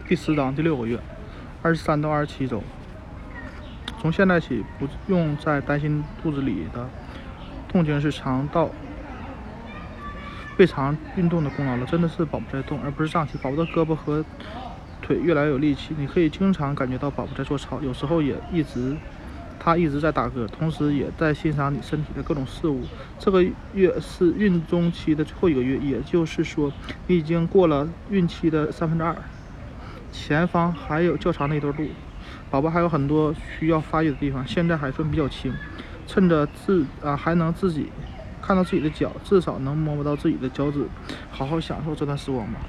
第10档第6个月，23到27周。从现在起，不用再担心肚子里的痛经是胃肠运动的功劳了，真的是宝宝在动，而不是胀气。宝宝的胳膊和腿越来越有力气，你可以经常感觉到宝宝在做操，有时候他一直在打嗝，同时也在欣赏你身体的各种事物。这个月是孕中期的最后一个月，也就是说，你已经过了孕期的2/3，前方还有较长的一段路。宝宝还有很多需要发育的地方，现在还算比较轻，趁着还能自己看到自己的脚，至少能摸到自己的脚趾，好好享受这段时光吧。